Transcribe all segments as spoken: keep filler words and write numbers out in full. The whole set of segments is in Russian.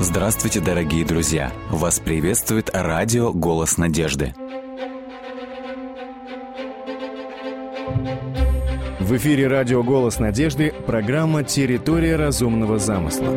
Здравствуйте, дорогие друзья! Вас приветствует радио «Голос надежды». В эфире радио «Голос надежды» программа «Территория разумного замысла».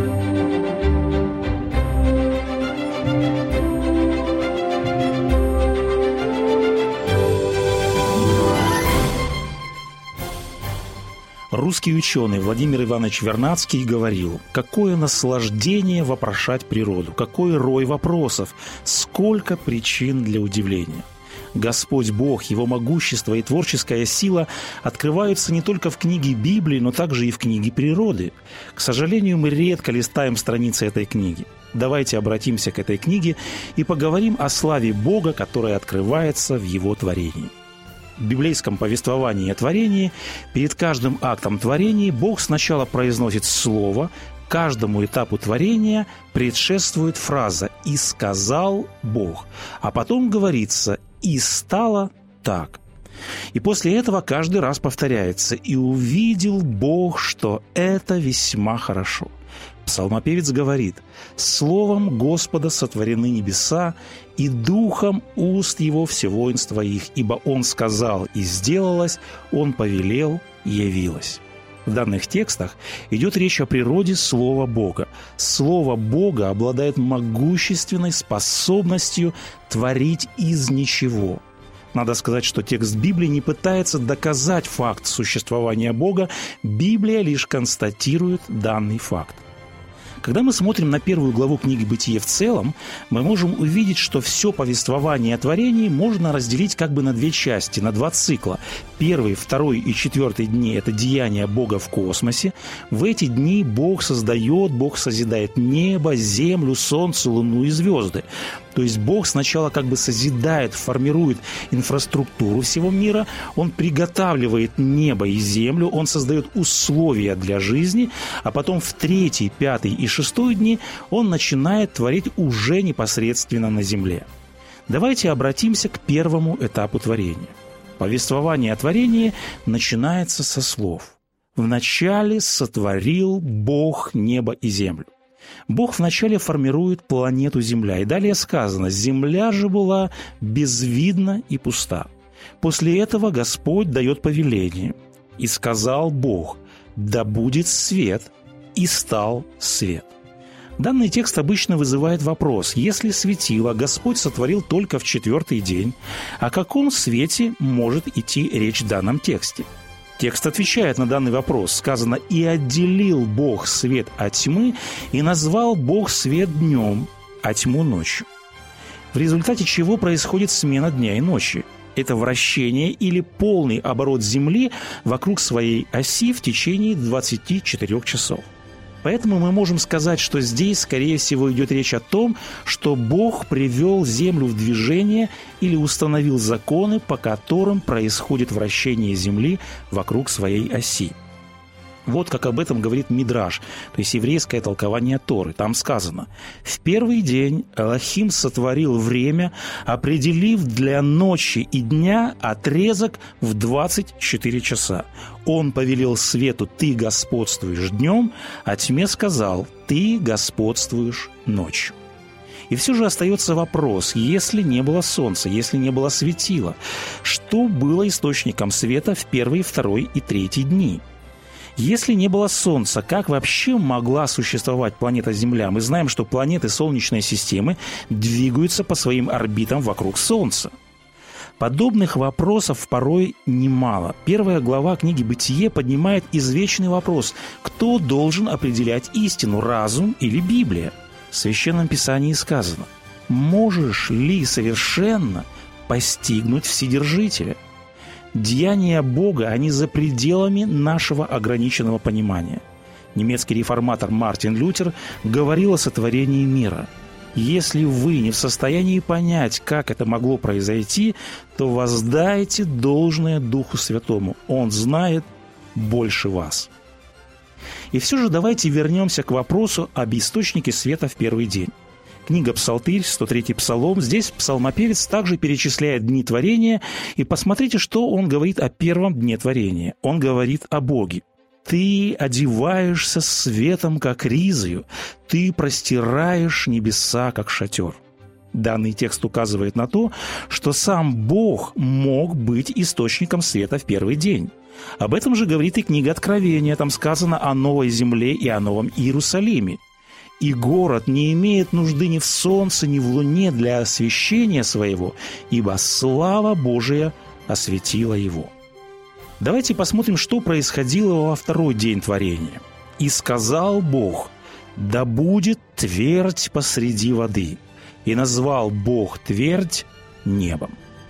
Русский ученый Владимир Иванович Вернадский говорил: «Какое наслаждение вопрошать природу, какой рой вопросов, сколько причин для удивления». Господь Бог, Его могущество и творческая сила открываются не только в книге Библии, но также и в книге природы. К сожалению, мы редко листаем страницы этой книги. Давайте обратимся к этой книге и поговорим о славе Бога, которая открывается в Его творении. В библейском повествовании о творении перед каждым актом творения Бог сначала произносит слово, каждому этапу творения предшествует фраза «И сказал Бог», а потом говорится «И стало так». И после этого каждый раз повторяется «И увидел Бог, что это весьма хорошо». Псалмопевец говорит: «Словом Господа сотворены небеса, и духом уст Его все воинство их, ибо Он сказал, и сделалось, Он повелел, и явилось». В данных текстах идет речь о природе Слова Бога. Слово Бога обладает могущественной способностью творить из ничего. Надо сказать, что текст Библии не пытается доказать факт существования Бога, Библия лишь констатирует данный факт. Когда мы смотрим на первую главу книги «Бытие» в целом, мы можем увидеть, что все повествование о творении можно разделить как бы на две части, на два цикла. Первый, второй и четвертый дни – это деяния Бога в космосе. В эти дни Бог создает, Бог созидает небо, землю, солнце, луну и звезды. То есть Бог сначала как бы созидает, формирует инфраструктуру всего мира, Он приготавливает небо и землю, Он создает условия для жизни, а потом в третий, пятый и шестой дни Он начинает творить уже непосредственно на земле. Давайте обратимся к первому этапу творения. Повествование о творении начинается со слов: «Вначале сотворил Бог небо и землю». Бог вначале формирует планету Земля, и далее сказано: «Земля же была безвидна и пуста». После этого Господь дает повеление: «И сказал Бог: да будет свет, и стал свет». Данный текст обычно вызывает вопрос: если светило Господь сотворил только в четвертый день, о каком свете может идти речь в данном тексте? Текст отвечает на данный вопрос. Сказано: «И отделил Бог свет от тьмы, и назвал Бог свет днем, а тьму ночью». В результате чего происходит смена дня и ночи. Это вращение или полный оборот Земли вокруг своей оси в течение двадцати четырёх часов. Поэтому мы можем сказать, что здесь, скорее всего, идет речь о том, что Бог привел Землю в движение или установил законы, по которым происходит вращение Земли вокруг своей оси. Вот как об этом говорит Мидраш, то есть еврейское толкование Торы. Там сказано: «В первый день Элохим сотворил время, определив для ночи и дня отрезок в двадцать четыре часа. Он повелел свету: ты господствуешь днем, а тьме сказал: ты господствуешь ночью». И все же остается вопрос: если не было солнца, если не было светила, что было источником света в первый, второй и третий дни? Если не было Солнца, как вообще могла существовать планета Земля? Мы знаем, что планеты Солнечной системы двигаются по своим орбитам вокруг Солнца. Подобных вопросов порой немало. Первая глава книги «Бытие» поднимает извечный вопрос: кто должен определять истину, разум или Библия? В Священном Писании сказано: «Можешь ли совершенно постигнуть Вседержителя?» Деяния Бога, они за пределами нашего ограниченного понимания. Немецкий реформатор Мартин Лютер говорил о сотворении мира. Если вы не в состоянии понять, как это могло произойти, то воздайте должное Духу Святому. Он знает больше вас. И все же давайте вернемся к вопросу об источнике света в первый день. Книга «Псалтырь», сто третий псалом. Здесь псалмопевец также перечисляет дни творения. И посмотрите, что он говорит о первом дне творения. Он говорит о Боге. Ты одеваешься светом, как ризою, ты простираешь небеса, как шатер». Данный текст указывает на то, что сам Бог мог быть источником света в первый день. Об этом же говорит и книга Откровения. Там сказано о новой земле и о новом Иерусалиме. «И город не имеет нужды ни в солнце, ни в луне для освещения своего, ибо слава Божия осветила его». Давайте посмотрим, что происходило во второй день творения. «И сказал Бог: да будет твердь посреди воды, и назвал Бог твердь небом».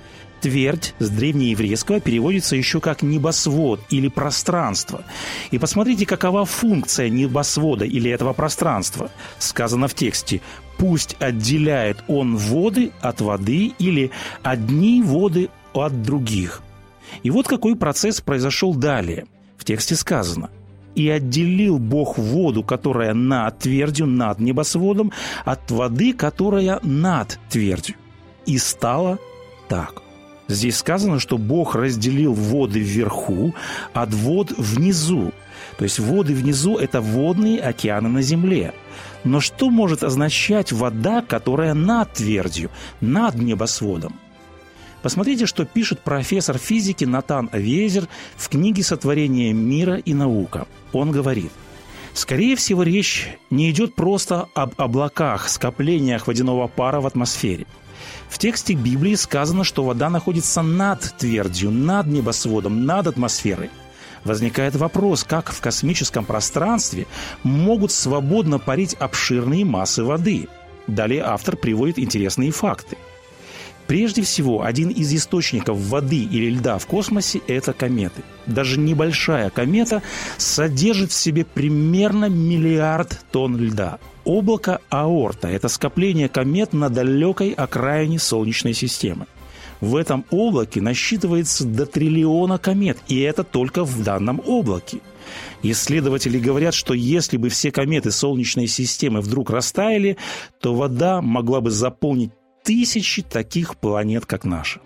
Твердь с древнееврейского переводится еще как небосвод или пространство. И посмотрите, какова функция небосвода или этого пространства. Сказано в тексте: «Пусть отделяет он воды от воды» или «одни воды от других». И вот какой процесс произошел далее. В тексте сказано: «И отделил Бог воду, которая над твердью, над небосводом, от воды, которая над твердью. И стало так». Здесь сказано, что Бог разделил воды вверху от вод внизу. То есть воды внизу – это водные океаны на земле. Но что может означать вода, которая над твердью, над небосводом? Посмотрите, что пишет профессор физики Натан Авиезер в книге «Сотворение мира и наука». Он говорит: «Скорее всего, речь не идет просто об облаках, скоплениях водяного пара в атмосфере. В тексте Библии сказано, что вода находится над твердью, над небосводом, над атмосферой. Возникает вопрос, как в космическом пространстве могут свободно парить обширные массы воды. Далее автор приводит интересные факты. Прежде всего, один из источников воды или льда в космосе – это кометы. Даже небольшая комета содержит в себе примерно миллиард тонн льда. Облако Аорта – это скопление комет на далекой окраине Солнечной системы. В этом облаке насчитывается до триллиона комет, и это только в данном облаке. Исследователи говорят, что если бы все кометы Солнечной системы вдруг растаяли, то вода могла бы заполнить тысячи таких планет, как наша.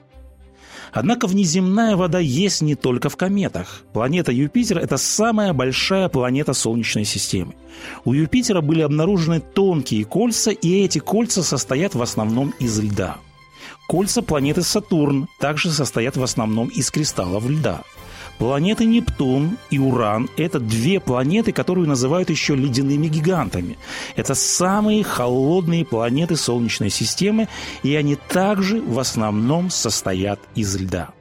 Однако внеземная вода есть не только в кометах. Планета Юпитер – это самая большая планета Солнечной системы. У Юпитера были обнаружены тонкие кольца, и эти кольца состоят в основном из льда. Кольца планеты Сатурн также состоят в основном из кристаллов льда. Планеты Нептун и Уран – это две планеты, которые называют еще ледяными гигантами. Это самые холодные планеты Солнечной системы, и они также в основном состоят из льда.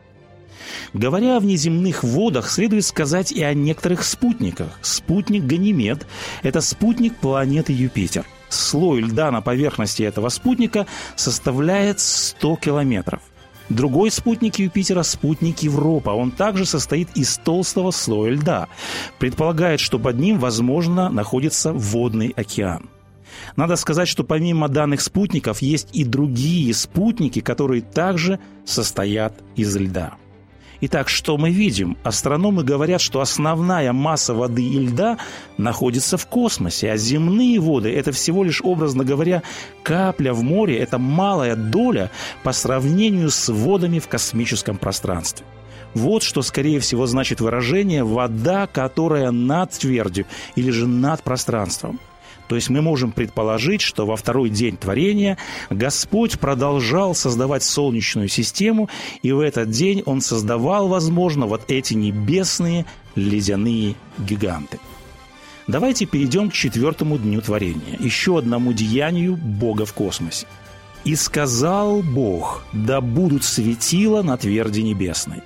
Говоря о внеземных водах, следует сказать и о некоторых спутниках. Спутник Ганимед – это спутник планеты Юпитер. Слой льда на поверхности этого спутника составляет сто километров. Другой спутник Юпитера – спутник Европа. Он также состоит из толстого слоя льда. Предполагает, что под ним, возможно, находится водный океан. Надо сказать, что помимо данных спутников есть и другие спутники, которые также состоят из льда. Итак, что мы видим? Астрономы говорят, что основная масса воды и льда находится в космосе, а земные воды – это всего лишь, образно говоря, капля в море, это малая доля по сравнению с водами в космическом пространстве. Вот что, скорее всего, значит выражение «вода, которая над твердью» или же над пространством. То есть мы можем предположить, что во второй день творения Господь продолжал создавать Солнечную систему, и в этот день Он создавал, возможно, вот эти небесные ледяные гиганты. Давайте перейдем к четвертому дню творения, еще одному деянию Бога в космосе. «И сказал Бог: да будут светила на тверди небесной».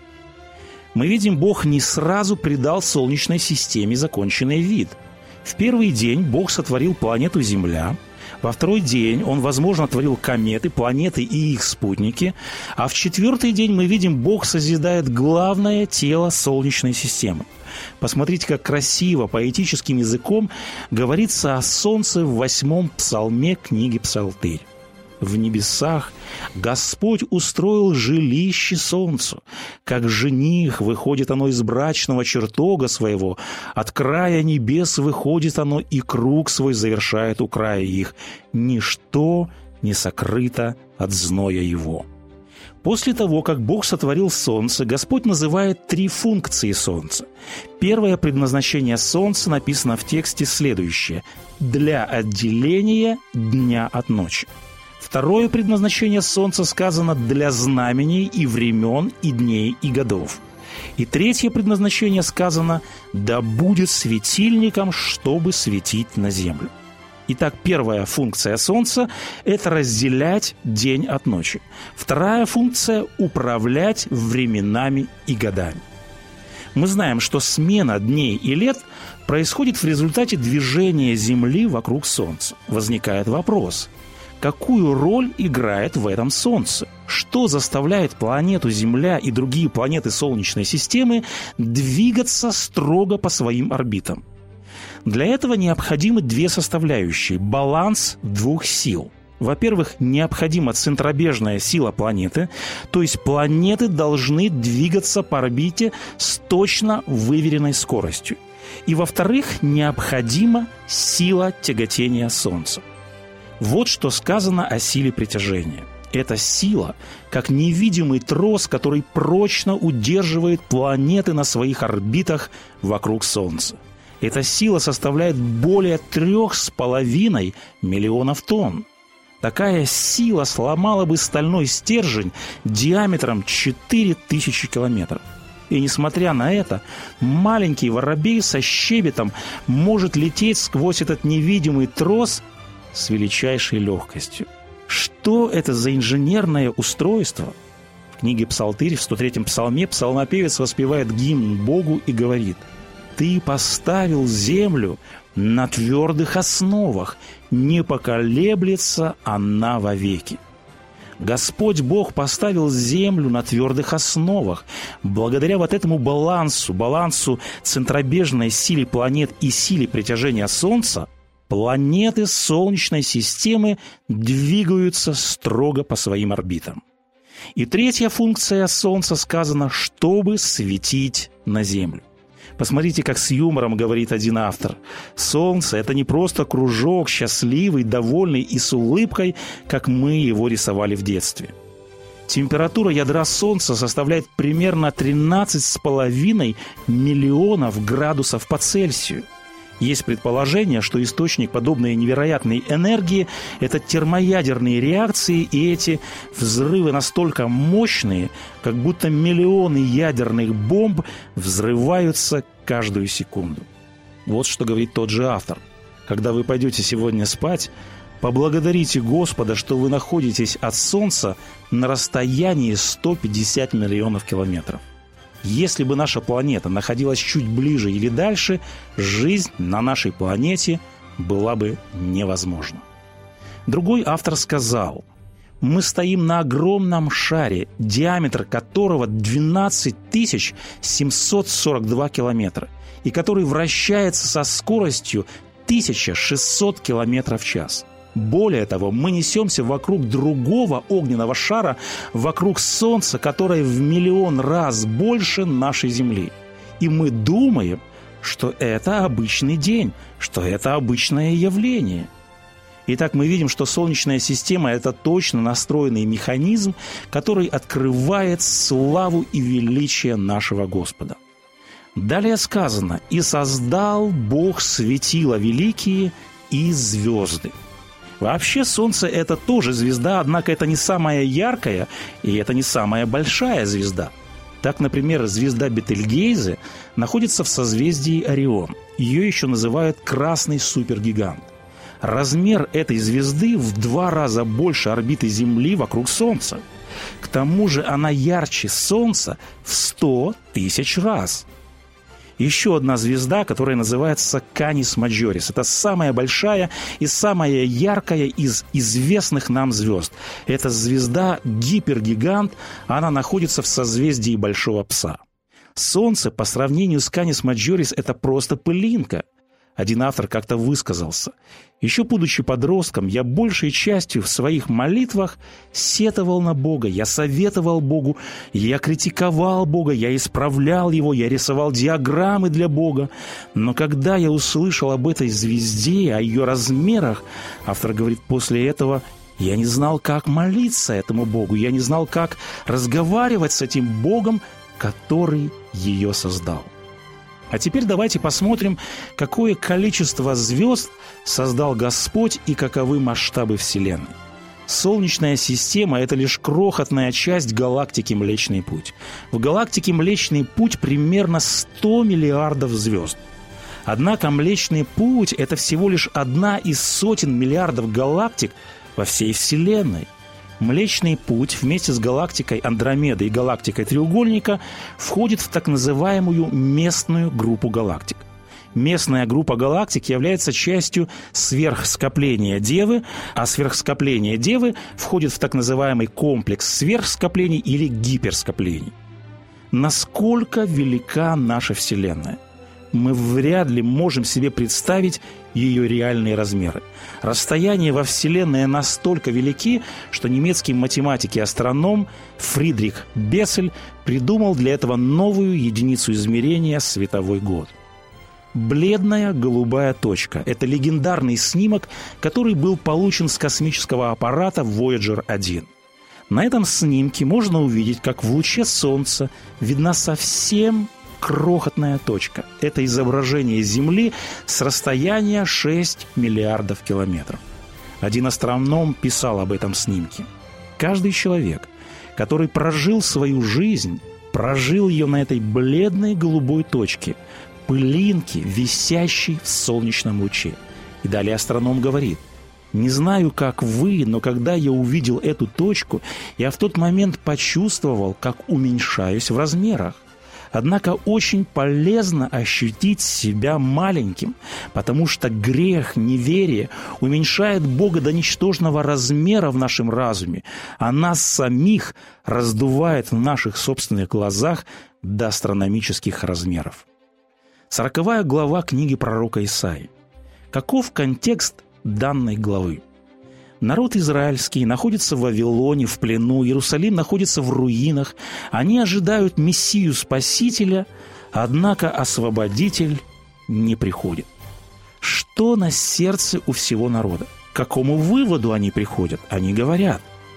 Мы видим, Бог не сразу придал Солнечной системе законченный вид. В первый день Бог сотворил планету Земля, во второй день Он, возможно, творил кометы, планеты и их спутники, а в четвертый день мы видим, Бог созидает главное тело Солнечной системы. Посмотрите, как красиво, поэтическим языком говорится о Солнце в восьмом псалме книги Псалтырь. В небесах Господь устроил жилище солнцу. Как жених выходит оно из брачного чертога своего, от края небес выходит оно, и круг свой завершает у края их. Ничто не сокрыто от зноя его. После того, как Бог сотворил Солнце, Господь называет три функции Солнца. Первое предназначение Солнца написано в тексте следующее: «для отделения дня от ночи». Второе предназначение Солнца сказано «для знамений и времен, и дней, и годов». И третье предназначение сказано «да будет светильником, чтобы светить на землю». Итак, первая функция Солнца – это разделять день от ночи. Вторая функция – управлять временами и годами. Мы знаем, что смена дней и лет происходит в результате движения Земли вокруг Солнца. Возникает вопрос – какую роль играет в этом Солнце? Что заставляет планету Земля и другие планеты Солнечной системы двигаться строго по своим орбитам? Для этого необходимы две составляющие – баланс двух сил. Во-первых, необходима центробежная сила планеты, то есть планеты должны двигаться по орбите с точно выверенной скоростью. И, во-вторых, необходима сила тяготения Солнца. Вот что сказано о силе притяжения. Эта сила, как невидимый трос, который прочно удерживает планеты на своих орбитах вокруг Солнца. Эта сила составляет более трех с половиной миллионов тонн. Такая сила сломала бы стальной стержень диаметром четыре тысячи километров. И несмотря на это, маленький воробей со щебетом может лететь сквозь этот невидимый трос с величайшей легкостью. Что это за инженерное устройство? В книге «Псалтырь» в сто третьем псалме псалмопевец воспевает гимн Богу и говорит: «Ты поставил землю на твердых основах, не поколеблется она вовеки». Господь Бог поставил землю на твердых основах. Благодаря вот этому балансу, балансу центробежной силы планет и силе притяжения Солнца, планеты Солнечной системы двигаются строго по своим орбитам. И третья функция Солнца сказана, чтобы светить на Землю. Посмотрите, как с юмором говорит один автор. Солнце – это не просто кружок, счастливый, довольный и с улыбкой, как мы его рисовали в детстве. Температура ядра Солнца составляет примерно тринадцать с половиной миллионов градусов по Цельсию. Есть предположение, что источник подобной невероятной энергии – это термоядерные реакции, и эти взрывы настолько мощные, как будто миллионы ядерных бомб взрываются каждую секунду. Вот что говорит тот же автор. Когда вы пойдете сегодня спать, поблагодарите Господа, что вы находитесь от Солнца на расстоянии сто пятьдесят миллионов километров. Если бы наша планета находилась чуть ближе или дальше, жизнь на нашей планете была бы невозможна. Другой автор сказал: «Мы стоим на огромном шаре, диаметр которого двенадцать тысяч семьсот сорок два километра, и который вращается со скоростью тысяча шестьсот километров в час. Более того, мы несемся вокруг другого огненного шара, вокруг Солнца, которое в миллион раз больше нашей Земли. И мы думаем, что это обычный день, что это обычное явление». Итак, мы видим, что Солнечная система – это точно настроенный механизм, который открывает славу и величие нашего Господа. Далее сказано: «И создал Бог светила великие и звезды». Вообще Солнце – это тоже звезда, однако это не самая яркая и это не самая большая звезда. Так, например, звезда Бетельгейзе находится в созвездии Орион. Ее еще называют «красный супергигант». Размер этой звезды в два раза больше орбиты Земли вокруг Солнца. К тому же она ярче Солнца в сто тысяч раз. Еще одна звезда, которая называется Канис Маджорис. Это самая большая и самая яркая из известных нам звезд. Это звезда гипергигант, она находится в созвездии Большого Пса. Солнце по сравнению с Канис Маджорис – это просто пылинка. Один автор как-то высказался: «Еще будучи подростком, я большей частью в своих молитвах сетовал на Бога, я советовал Богу, я критиковал Бога, я исправлял Его, я рисовал диаграммы для Бога. Но когда я услышал об этой звезде, о ее размерах, автор говорит, после этого Я не знал, как молиться этому Богу. Я не знал, как разговаривать с этим Богом, который ее создал. А теперь давайте посмотрим, какое количество звезд создал Господь и каковы масштабы Вселенной. Солнечная система – это лишь крохотная часть галактики Млечный Путь. В галактике Млечный Путь примерно сто миллиардов звезд. Однако Млечный Путь – это всего лишь одна из сотен миллиардов галактик во всей Вселенной. Млечный Путь вместе с галактикой Андромеда и галактикой Треугольника входит в так называемую местную группу галактик. Местная группа галактик является частью сверхскопления Девы, а сверхскопление Девы входит в так называемый комплекс сверхскоплений или гиперскоплений. Насколько велика наша Вселенная? Мы вряд ли можем себе представить ее реальные размеры. Расстояния во Вселенной настолько велики, что немецкий математик и астроном Фридрих Бессель придумал для этого новую единицу измерения – световой год. Бледная голубая точка – это легендарный снимок, который был получен с космического аппарата Вояджер один. На этом снимке можно увидеть, как в луче Солнца видна совсем крохотная точка. Это изображение Земли с расстояния шесть миллиардов километров. Один астроном писал об этом снимке. Каждый человек, который прожил свою жизнь, прожил ее на этой бледной голубой точке, пылинке, висящей в солнечном луче. И далее астроном говорит: «Не знаю, как вы, но когда я увидел эту точку, я в тот момент почувствовал, как уменьшаюсь в размерах. Однако очень полезно ощутить себя маленьким, потому что грех, неверие уменьшает Бога до ничтожного размера в нашем разуме, а нас самих раздувает в наших собственных глазах до астрономических размеров». Сороковая глава книги пророка Исаии. Каков контекст данной главы? Народ израильский находится в Вавилоне, в плену, Иерусалим находится в руинах. Они ожидают Мессию Спасителя, однако Освободитель не приходит. Что на сердце у всего народа? К какому выводу они приходят? Они говорят: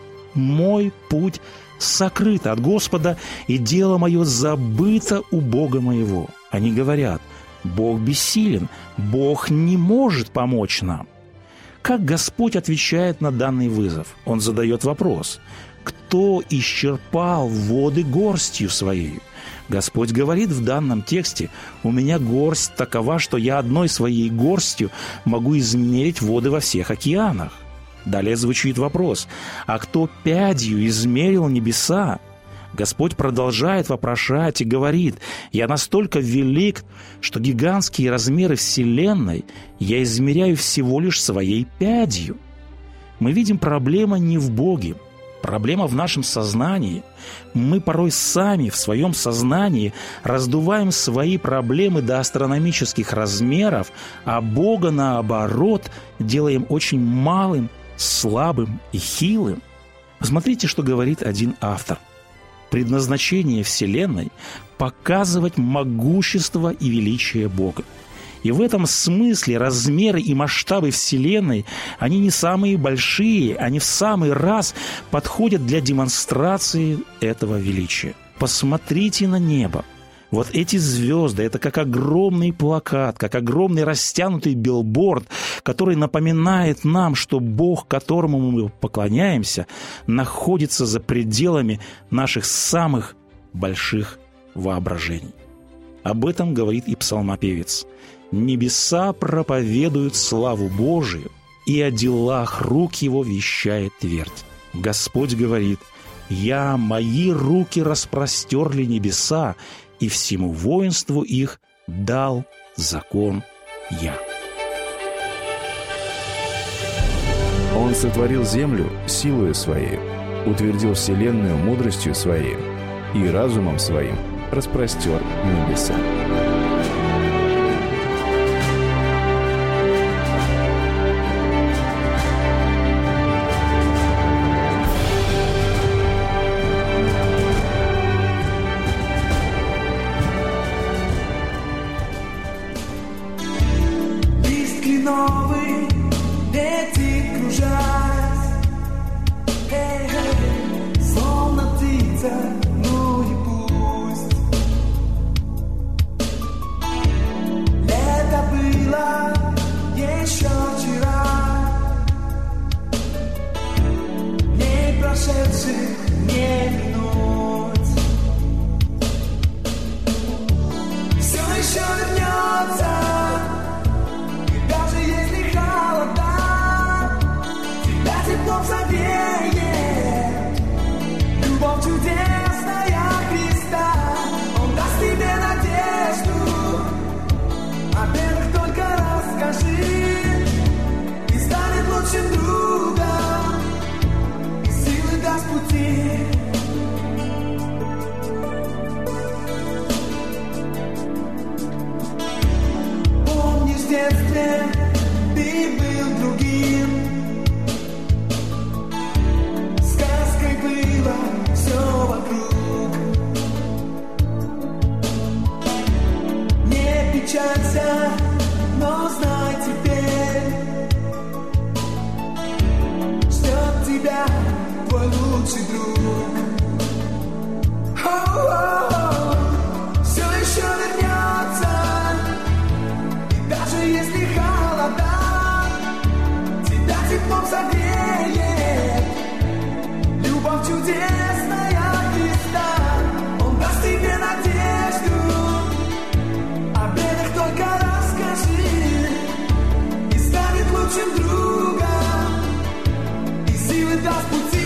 «Мой путь сокрыт от Господа, и дело мое забыто у Бога моего». Они говорят: «Бог бессилен, Бог не может помочь нам». Как Господь отвечает на данный вызов? Он задает вопрос: «Кто исчерпал воды горстью своей?» Господь говорит в данном тексте: «У меня горсть такова, что я одной своей горстью могу измерить воды во всех океанах». Далее звучит вопрос: «А кто пядью измерил небеса?» Господь продолжает вопрошать и говорит: «Я настолько велик, что гигантские размеры Вселенной я измеряю всего лишь своей пядью». Мы видим, проблема не в Боге, проблема в нашем сознании. Мы порой сами в своем сознании раздуваем свои проблемы до астрономических размеров, а Бога, наоборот, делаем очень малым, слабым и хилым. Посмотрите, что говорит один автор. Предназначение Вселенной – показывать могущество и величие Бога. И в этом смысле размеры и масштабы Вселенной, они не самые большие, они в самый раз подходят для демонстрации этого величия. Посмотрите на небо. Вот эти звезды – это как огромный плакат, как огромный растянутый билборд, который напоминает нам, что Бог, которому мы поклоняемся, находится за пределами наших самых больших воображений. Об этом говорит и псалмопевец. «Небеса проповедуют славу Божию, и о делах рук его вещает твердь». Господь говорит: «Я, мои руки распростерли небеса, и всему воинству их дал закон я». Он сотворил землю силою своей, утвердил вселенную мудростью своей, и разумом своим распростер небеса. встречаться, но знай теперь, ждет тебя твой лучший друг. О-о-о, все еще вернется, и даже если холода, тебя теплом согреет любовь чудесная Христа. Он даст тебе надежду, о бедах только расскажи, и станет лучшим другом, и силы даст пути.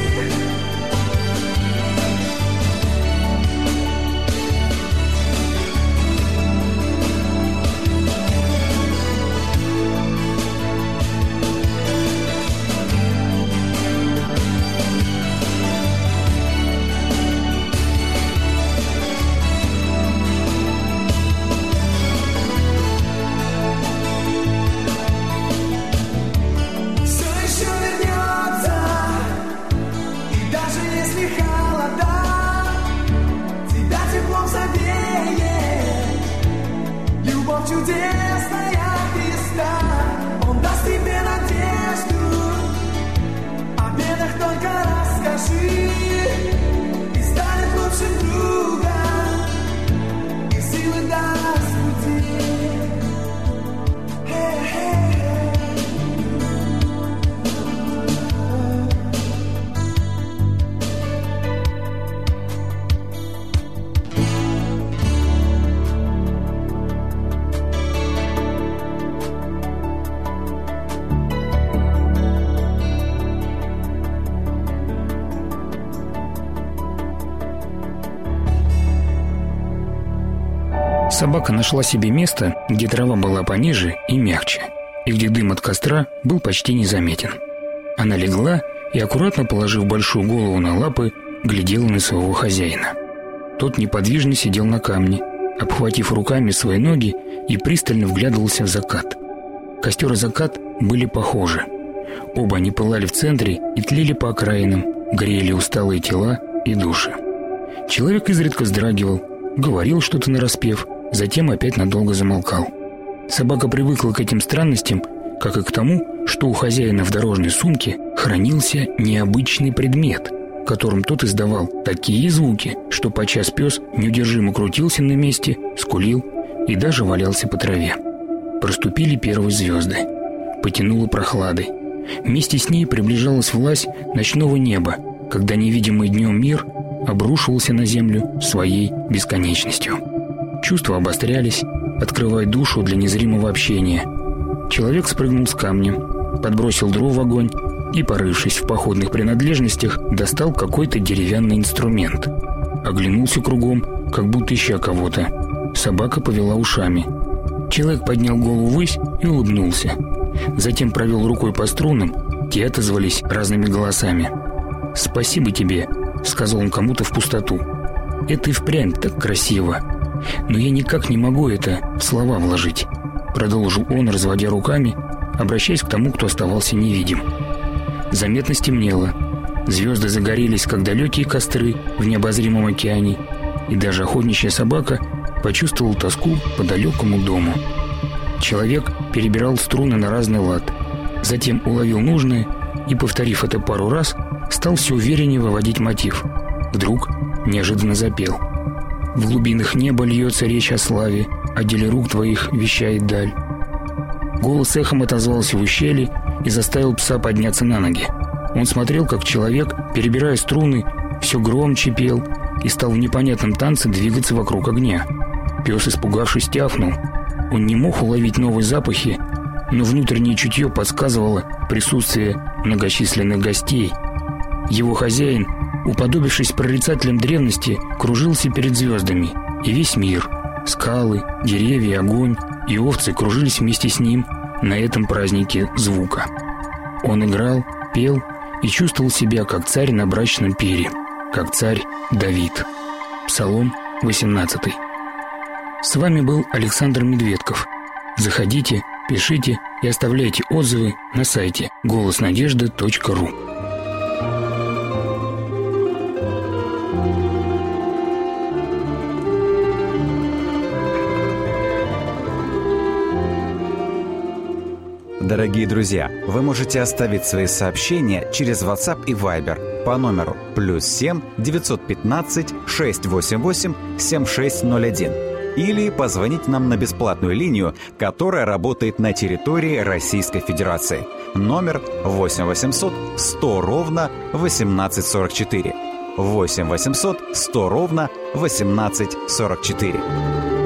Чудесная Христа, Он даст тебе надежду, о бедах только расскажи, и станет лучшим другом, и силы даст пути. Собака нашла себе место, где трава была пониже и мягче, и где дым от костра был почти незаметен. Она легла и, аккуратно положив большую голову на лапы, глядела на своего хозяина. Тот неподвижно сидел на камне, обхватив руками свои ноги, и пристально вглядывался в закат. Костер и закат были похожи. Оба они пылали в центре и тлели по окраинам, грели усталые тела и души. Человек изредка вздрагивал, говорил что-то нараспев, затем опять надолго замолкал. Собака привыкла к этим странностям, как и к тому, что у хозяина в дорожной сумке хранился необычный предмет, которым тот издавал такие звуки, что подчас пес неудержимо крутился на месте, скулил и даже валялся по траве. Проступили первые звезды. Потянуло прохладой. Вместе с ней приближалась власть ночного неба, когда невидимый днем мир обрушивался на землю своей бесконечностью. Чувства обострялись, открывая душу для незримого общения. Человек спрыгнул с камня, подбросил дров в огонь и, порывшись в походных принадлежностях, достал какой-то деревянный инструмент. Оглянулся кругом, как будто ища кого-то. Собака повела ушами. Человек поднял голову ввысь и улыбнулся. Затем провел рукой по струнам, те отозвались разными голосами. «Спасибо тебе», — сказал он кому-то в пустоту. «Это и впрямь так красиво. Но я никак не могу это в слова вложить», — продолжил он, разводя руками, обращаясь к тому, кто оставался невидим. Заметно стемнело. Звезды загорелись, как далекие костры в необозримом океане, и даже охотничья собака почувствовала тоску по далекому дому. Человек перебирал струны на разный лад, затем уловил нужное и, повторив это пару раз, стал все увереннее выводить мотив. Вдруг неожиданно запел. «В глубинах неба льется речь о славе, о деле рук твоих вещает даль». Голос эхом отозвался в ущелье и заставил пса подняться на ноги. Он смотрел, как человек, перебирая струны, все громче пел и стал в непонятном танце двигаться вокруг огня. Пес, испугавшись, тявкнул. Он не мог уловить новые запахи, но внутреннее чутье подсказывало присутствие многочисленных гостей. Его хозяин, уподобившись прорицателям древности, кружился перед звездами, и весь мир — скалы, деревья, огонь и овцы кружились вместе с ним на этом празднике звука. Он играл, пел и чувствовал себя как царь на брачном пире, как царь Давид. Псалом восемнадцатый. С вами был Александр Медведков. Заходите, пишите и оставляйте отзывы на сайте голос надежды точка ру. Дорогие друзья, вы можете оставить свои сообщения через WhatsApp и Viber по номеру плюс семь девятьсот пятнадцать шестьсот восемьдесят восемь семьдесят шесть ноль один или позвонить нам на бесплатную линию, которая работает на территории Российской Федерации. Номер восемь восемьсот сто ровно восемнадцать сорок четыре. восемь восемьсот сто ровно восемнадцать сорок четыре.